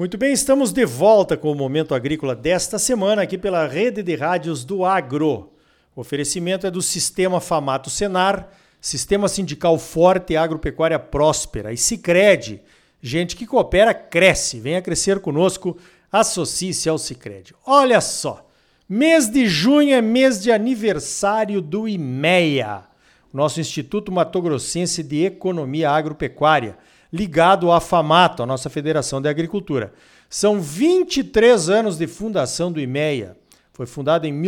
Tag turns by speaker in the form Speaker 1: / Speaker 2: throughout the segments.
Speaker 1: Muito bem, estamos de volta com o Momento Agrícola desta semana aqui pela Rede de Rádios do Agro. O oferecimento é do Sistema Famato Senar, Sistema Sindical Forte e Agropecuária Próspera. E Sicredi, gente que coopera, cresce. Venha crescer conosco, associe-se ao Sicredi. Olha só, mês de junho é mês de aniversário do IMEA, o nosso Instituto Mato Grossense de Economia Agropecuária, ligado à FAMATO, a nossa Federação de Agricultura. São 23 anos de fundação do IMEA. Foi fundado em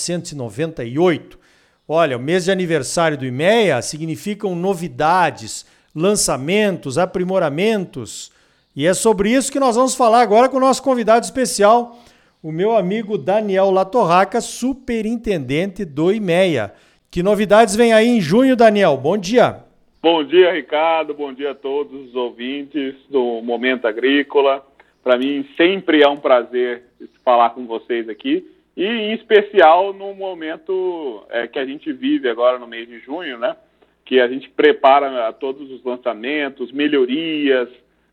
Speaker 1: 1998. Olha, o mês de aniversário do IMEA significam novidades, lançamentos, aprimoramentos. E é sobre isso que nós vamos falar agora com o nosso convidado especial, o meu amigo Daniel Latorraca, superintendente do IMEA. Que novidades vem aí em junho, Daniel? Bom dia.
Speaker 2: Bom dia, Ricardo. Bom dia a todos os ouvintes do Momento Agrícola. Para mim, sempre é um prazer falar com vocês aqui. E, em especial, no momento que a gente vive agora no mês de junho, né? Que a gente prepara todos os lançamentos, melhorias,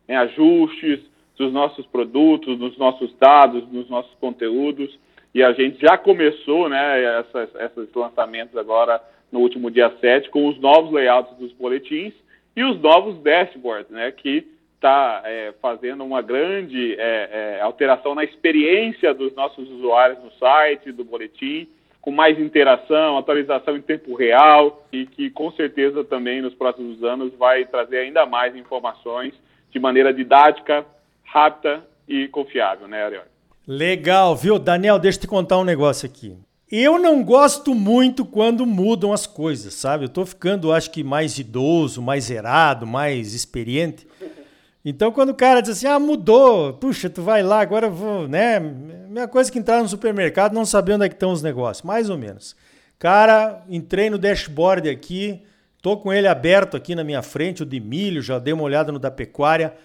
Speaker 2: ajustes dos nossos produtos, dos nossos dados, dos nossos conteúdos. E a gente já começou, né, esses lançamentos agora no último dia 7, com os novos layouts dos boletins e os novos dashboards, né, que está fazendo uma grande alteração na experiência dos nossos usuários no site, do boletim, com mais interação, atualização em tempo real e que com certeza também nos próximos anos vai trazer ainda mais informações de maneira didática, rápida e confiável, né, Ariel?
Speaker 1: Legal, viu? Daniel, deixa eu te contar um negócio aqui. Eu não gosto muito quando mudam as coisas, sabe? Eu tô ficando, acho que, mais idoso, mais zerado, mais experiente. Então, quando o cara diz assim, mudou, puxa, tu vai lá, agora eu vou, né? Minha coisa que entrar no supermercado, não saber onde é que estão os negócios, mais ou menos. Cara, entrei no dashboard aqui, tô com ele aberto aqui na minha frente, o de milho, já dei uma olhada no da pecuária.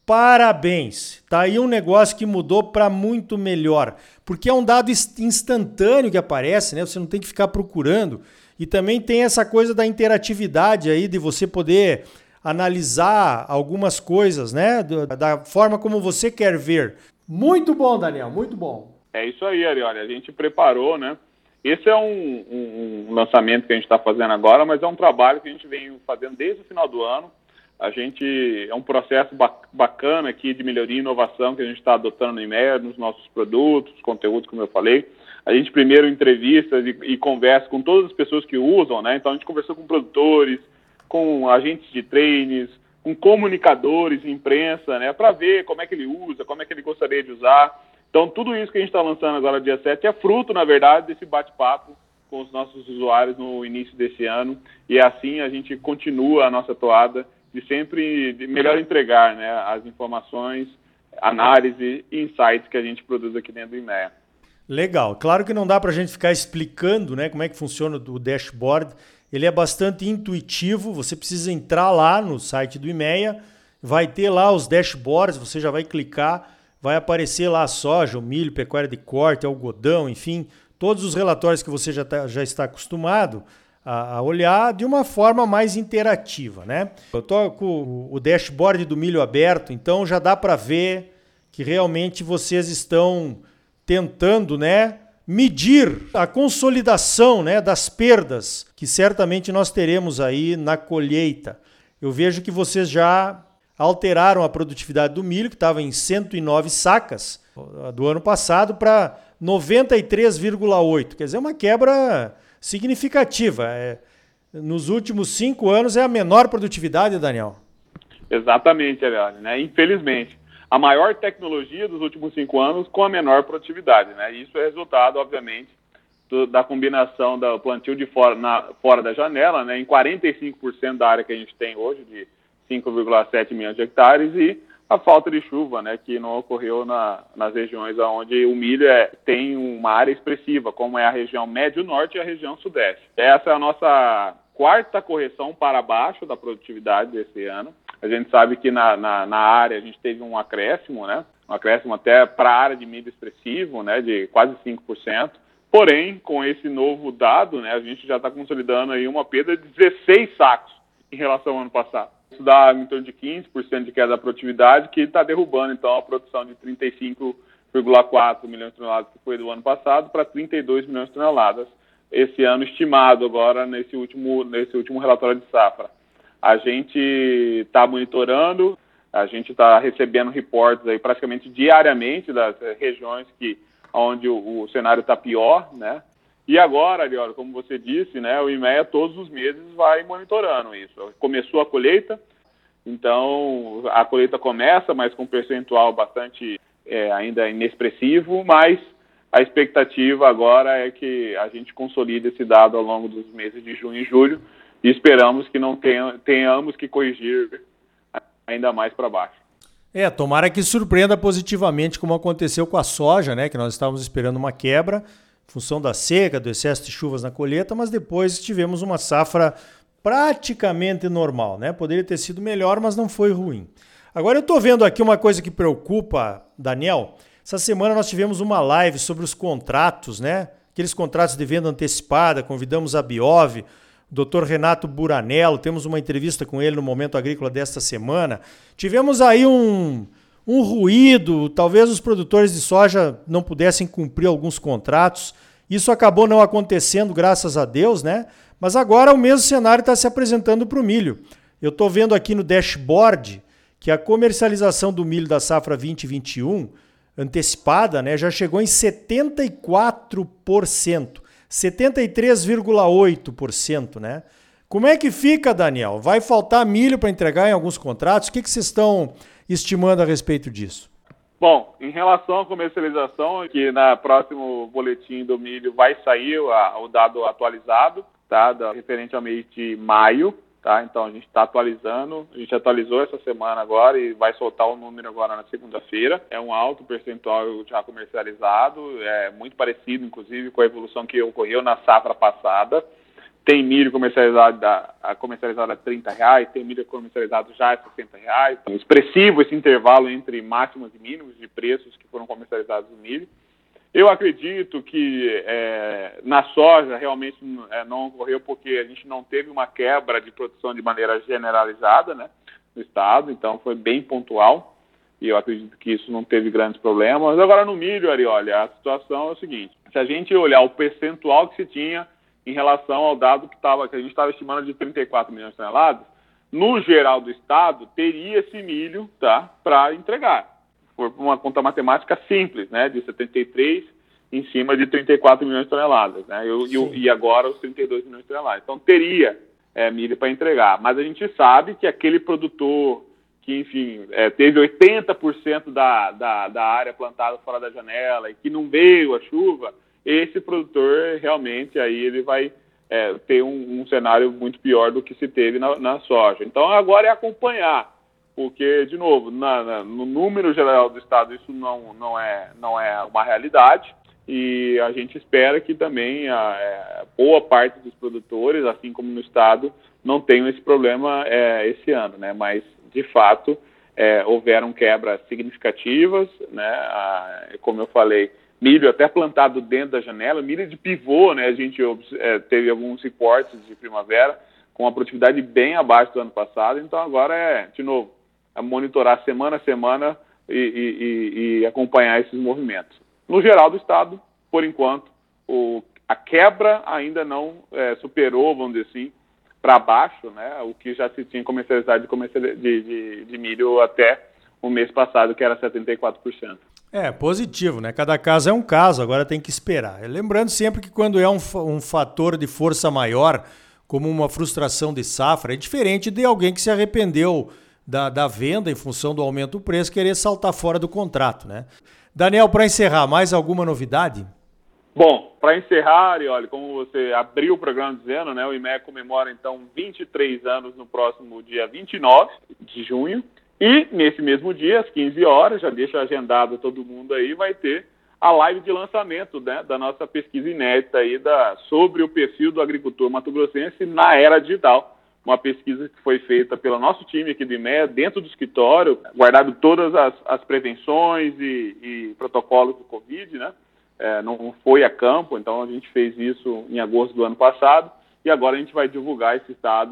Speaker 1: Parabéns! Tá aí um negócio que mudou para muito melhor, porque é um dado instantâneo que aparece, né? Você não tem que ficar procurando. E também tem essa coisa da interatividade aí, de você poder analisar algumas coisas, né? Da forma como você quer ver. Muito bom, Daniel, muito bom.
Speaker 2: É isso aí, Ariel. A gente preparou, né? Esse é um lançamento que a gente está fazendo agora, mas é um trabalho que a gente vem fazendo desde o final do ano. É um processo bacana aqui de melhoria e inovação que a gente está adotando no IMEA, nos nossos produtos, conteúdos, como eu falei. A gente primeiro entrevista e conversa com todas as pessoas que usam, né? Então a gente conversou com produtores, com agentes de trainings, com comunicadores, imprensa, né? Para ver como é que ele usa, como é que ele gostaria de usar. Então tudo isso que a gente está lançando agora dia 7 é fruto, na verdade, desse bate-papo com os nossos usuários no início desse ano. E assim a gente continua a nossa toada de sempre melhor entregar, né, as informações, análise e insights que a gente produz aqui dentro do IMEA.
Speaker 1: Legal. Claro que não dá para a gente ficar explicando, né, como é que funciona o dashboard. Ele é bastante intuitivo, você precisa entrar lá no site do IMEA, vai ter lá os dashboards, você já vai clicar, vai aparecer lá a soja, o milho, pecuária de corte, algodão, enfim, todos os relatórios que você já está acostumado a olhar de uma forma mais interativa, né? Eu tô com o dashboard do milho aberto, então já dá para ver que realmente vocês estão tentando, né, medir a consolidação, né, das perdas que certamente nós teremos aí na colheita. Eu vejo que vocês já alteraram a produtividade do milho, que estava em 109 sacas do ano passado, para 93,8. Quer dizer, uma quebra significativa. Nos últimos 5 anos é a menor produtividade, Daniel?
Speaker 2: Exatamente, Ariel, né? Infelizmente. A maior tecnologia dos últimos 5 anos com a menor produtividade, né? Isso é resultado, obviamente, da combinação do plantio de fora da janela, né? Em 45% da área que a gente tem hoje, de 5,7 milhões de hectares, e a falta de chuva, né, que não ocorreu nas regiões onde o milho tem uma área expressiva, como é a região médio-norte e a região sudeste. Essa é a nossa quarta correção para baixo da produtividade desse ano. A gente sabe que na área a gente teve um acréscimo, né, um acréscimo até para a área de milho expressivo, né, de quase 5%. Porém, com esse novo dado, né, a gente já está consolidando aí uma perda de 16 sacos em relação ao ano passado. Isso dá em torno de 15% de queda da produtividade, que está derrubando, então, a produção de 35,4 milhões de toneladas, que foi do ano passado, para 32 milhões de toneladas esse ano, estimado agora nesse último relatório de safra. A gente está monitorando, a gente está recebendo reportes aí praticamente diariamente das regiões onde o cenário está pior, né? E agora, Arioli, como você disse, né, o IMEA todos os meses vai monitorando isso. Começou a colheita, então a colheita começa, mas com um percentual bastante ainda inexpressivo, mas a expectativa agora é que a gente consolide esse dado ao longo dos meses de junho e julho e esperamos que não tenhamos que corrigir ainda mais para baixo.
Speaker 1: Tomara que surpreenda positivamente, como aconteceu com a soja, né, que nós estávamos esperando uma quebra em função da seca, do excesso de chuvas na colheita, mas depois tivemos uma safra praticamente normal, né? Poderia ter sido melhor, mas não foi ruim. Agora eu estou vendo aqui uma coisa que preocupa, Daniel. Essa semana nós tivemos uma live sobre os contratos, né? Aqueles contratos de venda antecipada, convidamos a Biov, o Dr. Renato Buranello, temos uma entrevista com ele no Momento Agrícola desta semana. Tivemos aí um ruído, talvez os produtores de soja não pudessem cumprir alguns contratos. Isso acabou não acontecendo, graças a Deus, né? Mas agora o mesmo cenário está se apresentando para o milho. Eu estou vendo aqui no dashboard que a comercialização do milho da safra 2021 antecipada, né, já chegou em 74%, 73,8%, né? Como é que fica, Daniel? Vai faltar milho para entregar em alguns contratos? O que vocês estão estimando a respeito disso?
Speaker 2: Bom, em relação à comercialização, que no próximo boletim do milho vai sair o dado atualizado, tá, referente ao mês de maio, tá? Então a gente está atualizando, a gente atualizou essa semana agora e vai soltar o número agora na segunda-feira. É um alto percentual já comercializado, é muito parecido, inclusive, com a evolução que ocorreu na safra passada. Tem milho comercializado a R$30, tem milho comercializado já a R$60. Então, expressivo esse intervalo entre máximos e mínimos de preços que foram comercializados no milho. Eu acredito que na soja realmente não ocorreu porque a gente não teve uma quebra de produção de maneira generalizada, né, no estado, então foi bem pontual e eu acredito que isso não teve grandes problemas. Agora no milho, Arioli, a situação é o seguinte: se a gente olhar o percentual que se tinha em relação ao dado que a gente estava estimando de 34 milhões de toneladas, no geral do estado teria esse milho, tá, para entregar. Por uma conta matemática simples, né, de 73 em cima de 34 milhões de toneladas, né, e agora os 32 milhões de toneladas. Então teria milho para entregar, mas a gente sabe que aquele produtor que, enfim, teve 80% da área plantada fora da janela e que não veio a chuva, esse produtor realmente aí ele vai ter um cenário muito pior do que se teve na soja. Então agora é acompanhar, porque, de novo, no número geral do estado isso não é uma realidade e a gente espera que também boa parte dos produtores, assim como no estado, não tenham esse problema esse ano, né? Mas, de fato, houveram quebras significativas, né? Como eu falei, milho até plantado dentro da janela, milho de pivô, né? A gente teve alguns reportes de primavera com uma produtividade bem abaixo do ano passado, então agora de novo, monitorar semana a semana e acompanhar esses movimentos. No geral do estado, por enquanto, a quebra ainda não superou, vamos dizer assim, para baixo, né? O que já se tinha comercializado de milho até o mês passado, que era 74%.
Speaker 1: Positivo, né? Cada caso é um caso, agora tem que esperar. Lembrando sempre que quando é um fator de força maior, como uma frustração de safra, é diferente de alguém que se arrependeu da venda em função do aumento do preço, querer saltar fora do contrato, né? Daniel, para encerrar, mais alguma novidade?
Speaker 2: Bom, para encerrar, Arioli, como você abriu o programa dizendo, né, o IMEA comemora então 23 anos no próximo dia 29 de junho. E, nesse mesmo dia, às 15 horas, já deixa agendado todo mundo aí, vai ter a live de lançamento, né, da nossa pesquisa inédita aí sobre o perfil do agricultor mato-grossense na era digital. Uma pesquisa que foi feita pelo nosso time aqui do IMEA, dentro do escritório, guardado todas as prevenções e protocolos do Covid, né? Não foi a campo, então a gente fez isso em agosto do ano passado, e agora a gente vai divulgar esses dados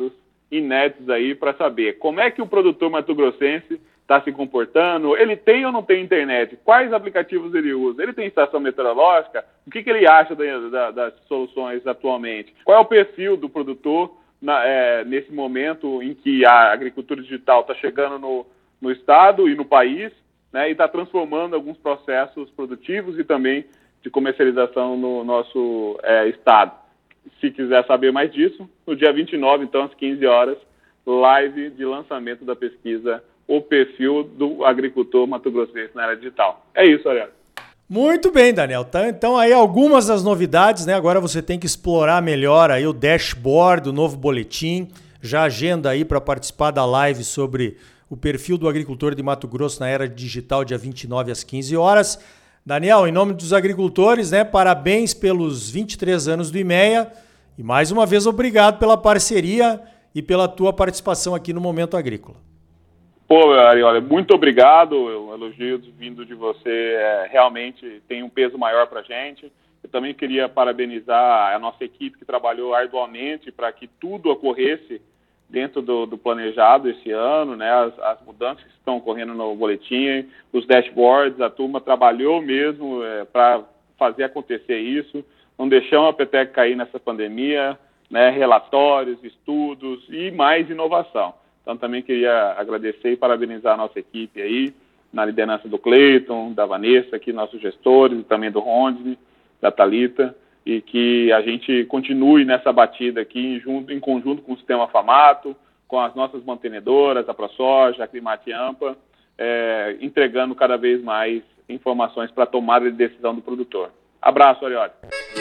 Speaker 2: inéditos aí para saber como é que o produtor mato-grossense está se comportando, ele tem ou não tem internet, quais aplicativos ele usa, ele tem estação meteorológica, o que ele acha das soluções atualmente, qual é o perfil do produtor nesse momento em que a agricultura digital está chegando no estado e no país, né, e está transformando alguns processos produtivos e também de comercialização no nosso estado. Se quiser saber mais disso, no dia 29, então, às 15 horas, live de lançamento da pesquisa O Perfil do Agricultor Mato-Grossense na Era Digital. É isso, Ariel.
Speaker 1: Muito bem, Daniel. Então aí algumas das novidades, né? Agora você tem que explorar melhor aí o dashboard, o novo boletim. Já agenda aí para participar da live sobre o perfil do agricultor de Mato Grosso na Era Digital, dia 29 às 15 horas. Daniel, em nome dos agricultores, né? Parabéns pelos 23 anos do IMEA e mais uma vez obrigado pela parceria e pela tua participação aqui no Momento Agrícola.
Speaker 2: Pô, Ariola, muito obrigado. O elogio vindo de você realmente tem um peso maior para a gente. Eu também queria parabenizar a nossa equipe que trabalhou arduamente para que tudo ocorresse dentro do planejado esse ano, né? As mudanças que estão ocorrendo no boletim, os dashboards, a turma trabalhou mesmo para fazer acontecer isso. Não deixamos a peteca cair nessa pandemia, né? Relatórios, estudos e mais inovação. Então, também queria agradecer e parabenizar a nossa equipe aí, na liderança do Cleiton, da Vanessa, aqui nossos gestores, e também do Rondine, da Thalita, e que a gente continue nessa batida aqui, em conjunto com o Sistema Famato, com as nossas mantenedoras, a ProSoja, a Climate Ampa, entregando cada vez mais informações para a tomada de decisão do produtor. Abraço, Arioli.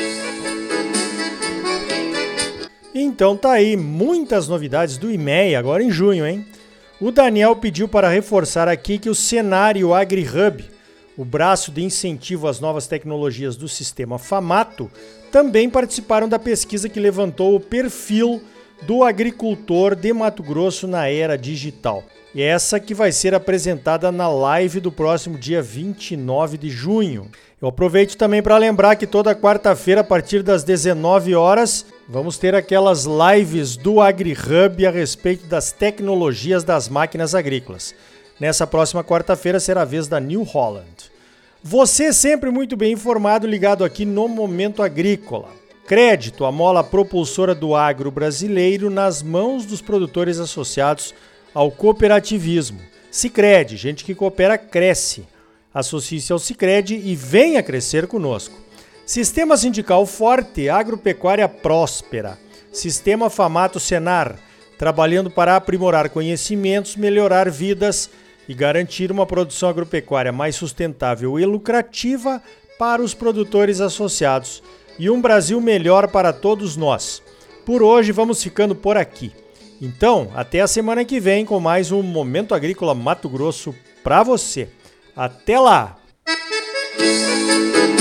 Speaker 1: Então tá aí, muitas novidades do IMEA agora em junho, hein? O Daniel pediu para reforçar aqui que o Cenário AgriHub, o braço de incentivo às novas tecnologias do Sistema Famato, também participaram da pesquisa que levantou o perfil do agricultor de Mato Grosso na era digital. E essa que vai ser apresentada na live do próximo dia 29 de junho. Eu aproveito também para lembrar que toda quarta-feira, a partir das 19 horas, vamos ter aquelas lives do AgriHub a respeito das tecnologias das máquinas agrícolas. Nessa próxima quarta-feira será a vez da New Holland. Você sempre muito bem informado, ligado aqui no Momento Agrícola. Crédito, a mola propulsora do agro brasileiro nas mãos dos produtores associados ao cooperativismo. Sicredi, gente que coopera cresce. Associe-se ao Sicredi e venha crescer conosco. Sistema Sindical Forte, Agropecuária Próspera. Sistema Famato Senar, trabalhando para aprimorar conhecimentos, melhorar vidas e garantir uma produção agropecuária mais sustentável e lucrativa para os produtores associados e um Brasil melhor para todos nós. Por hoje vamos ficando por aqui. Então, até a semana que vem com mais um Momento Agrícola Mato Grosso para você. Até lá!